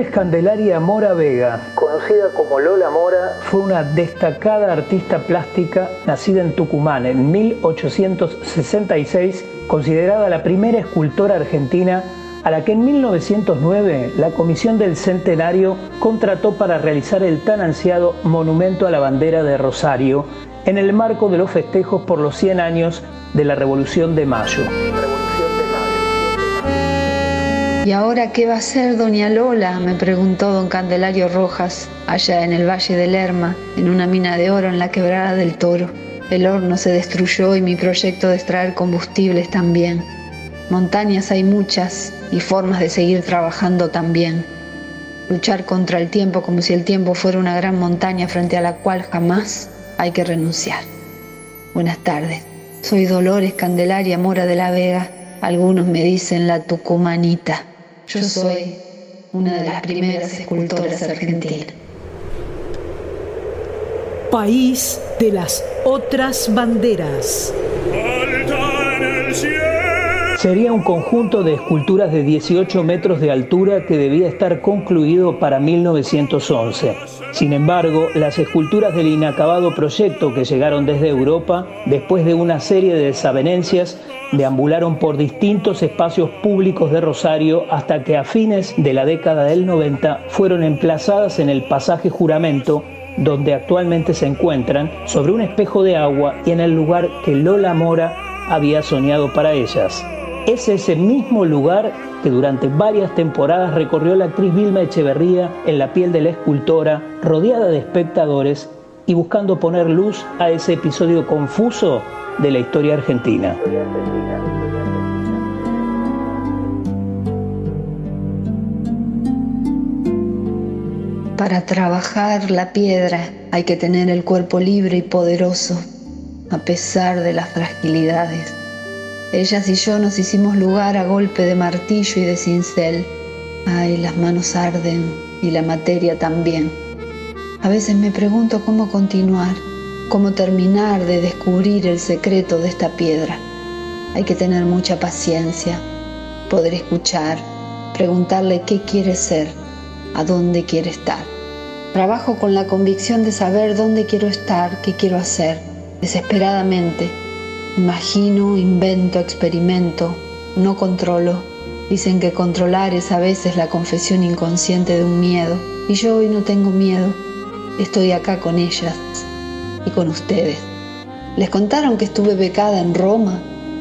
Dolores Candelaria Mora Vega, conocida como Lola Mora, fue una destacada artista plástica nacida en Tucumán en 1866, considerada la primera escultora argentina a la que en 1909 la Comisión del Centenario contrató para realizar el tan ansiado Monumento a la Bandera de Rosario en el marco de los festejos por los 100 años de la Revolución de Mayo. ¿Y ahora qué va a hacer doña Lola?, me preguntó don Candelario Rojas, allá en el Valle del Lerma, en una mina de oro en la Quebrada del Toro. El horno se destruyó y mi proyecto de extraer combustibles también. Montañas hay muchas y formas de seguir trabajando también. Luchar contra el tiempo como si el tiempo fuera una gran montaña frente a la cual jamás hay que renunciar. Buenas tardes, soy Dolores Candelaria Mora de la Vega. Algunos me dicen la tucumanita. Yo soy una de las primeras escultoras argentinas. País de las otras banderas. Alta en el cielo. Sería un conjunto de esculturas de 18 metros de altura que debía estar concluido para 1911. Sin embargo, las esculturas del inacabado proyecto que llegaron desde Europa, después de una serie de desavenencias, deambularon por distintos espacios públicos de Rosario hasta que a fines de la década del 90 fueron emplazadas en el pasaje Juramento, donde actualmente se encuentran, sobre un espejo de agua y en el lugar que Lola Mora había soñado para ellas. Es ese mismo lugar que durante varias temporadas recorrió la actriz Vilma Echeverría en la piel de la escultora, rodeada de espectadores y buscando poner luz a ese episodio confuso de la historia argentina. Para trabajar la piedra hay que tener el cuerpo libre y poderoso, a pesar de las fragilidades. Ellas y yo nos hicimos lugar a golpe de martillo y de cincel. Ay, las manos arden y la materia también. A veces me pregunto cómo continuar, cómo terminar de descubrir el secreto de esta piedra. Hay que tener mucha paciencia, poder escuchar, preguntarle qué quiere ser, a dónde quiere estar. Trabajo con la convicción de saber dónde quiero estar, qué quiero hacer, desesperadamente. Imagino, invento, experimento, no controlo. Dicen que controlar es a veces la confesión inconsciente de un miedo. Y yo hoy no tengo miedo. Estoy acá con ellas y con ustedes. ¿Les contaron que estuve becada en Roma?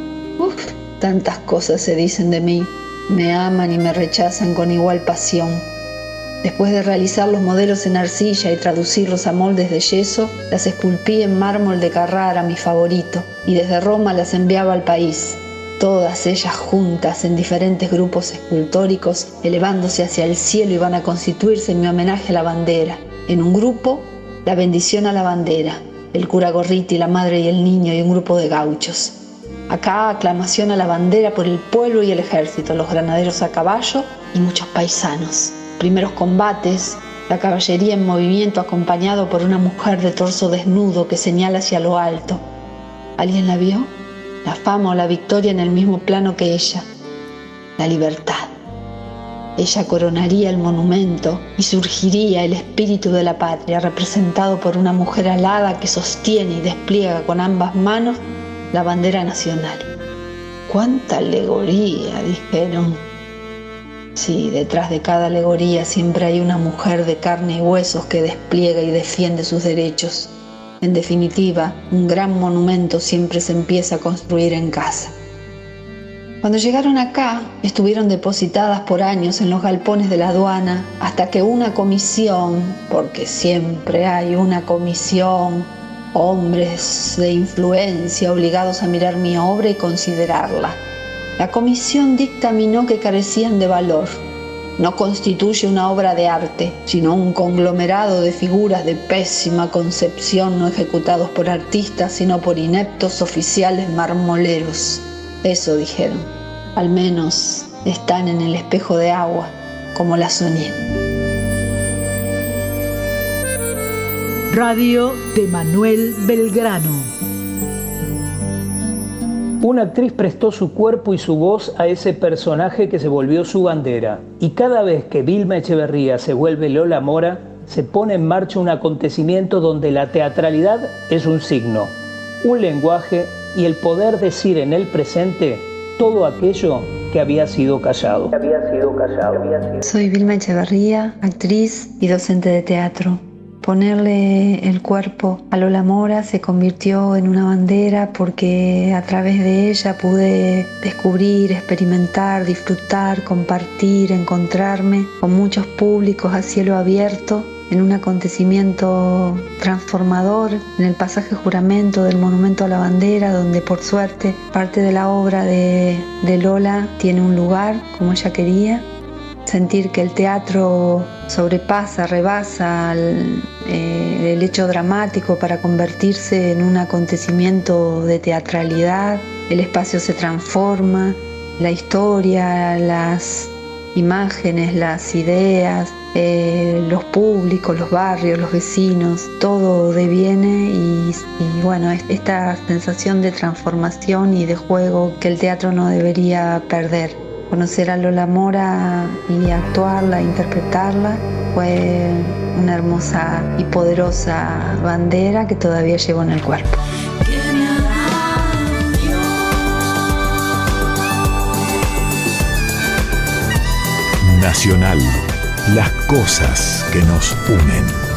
Tantas cosas se dicen de mí. Me aman y me rechazan con igual pasión. Después de realizar los modelos en arcilla y traducirlos a moldes de yeso, las esculpí en mármol de Carrara, mi favorito, y desde Roma las enviaba al país. Todas ellas juntas en diferentes grupos escultóricos, elevándose hacia el cielo, iban a constituirse en mi homenaje a la bandera. En un grupo, la bendición a la bandera, el cura Gorriti, la madre y el niño y un grupo de gauchos. Acá, aclamación a la bandera por el pueblo y el ejército, los granaderos a caballo y muchos paisanos. Primeros combates, la caballería en movimiento acompañado por una mujer de torso desnudo que señala hacia lo alto. ¿Alguien la vio? La fama o la victoria en el mismo plano que ella. La libertad. Ella coronaría el monumento y surgiría el espíritu de la patria, representado por una mujer alada que sostiene y despliega con ambas manos la bandera nacional. ¡Cuánta alegoría!, dijeron. Sí, detrás de cada alegoría siempre hay una mujer de carne y huesos que despliega y defiende sus derechos. En definitiva, un gran monumento siempre se empieza a construir en casa. Cuando llegaron acá, estuvieron depositadas por años en los galpones de la aduana, hasta que una comisión, porque siempre hay una comisión, hombres de influencia obligados a mirar mi obra y considerarla. La comisión dictaminó que carecían de valor. No constituye una obra de arte, sino un conglomerado de figuras de pésima concepción no ejecutados por artistas, sino por ineptos oficiales marmoleros. Eso dijeron. Al menos están en el espejo de agua, como la soñé. Radio de Manuel Belgrano. Una actriz prestó su cuerpo y su voz a ese personaje que se volvió su bandera. Y cada vez que Vilma Echeverría se vuelve Lola Mora, se pone en marcha un acontecimiento donde la teatralidad es un signo, un lenguaje y el poder decir en el presente todo aquello que había sido callado. Soy Vilma Echeverría, actriz y docente de teatro. Ponerle el cuerpo a Lola Mora se convirtió en una bandera porque a través de ella pude descubrir, experimentar, disfrutar, compartir, encontrarme con muchos públicos a cielo abierto en un acontecimiento transformador en el pasaje Juramento del Monumento a la Bandera, donde por suerte parte de la obra de Lola tiene un lugar como ella quería. Sentir que el teatro sobrepasa, rebasa el hecho dramático para convertirse en un acontecimiento de teatralidad. El espacio se transforma, la historia, las imágenes, las ideas, los públicos, los barrios, los vecinos, todo deviene y bueno, esta sensación de transformación y de juego que el teatro no debería perder. Conocer a Lola Mora y actuarla, interpretarla, fue una hermosa y poderosa bandera que todavía llevo en el cuerpo. Nacional, las cosas que nos unen.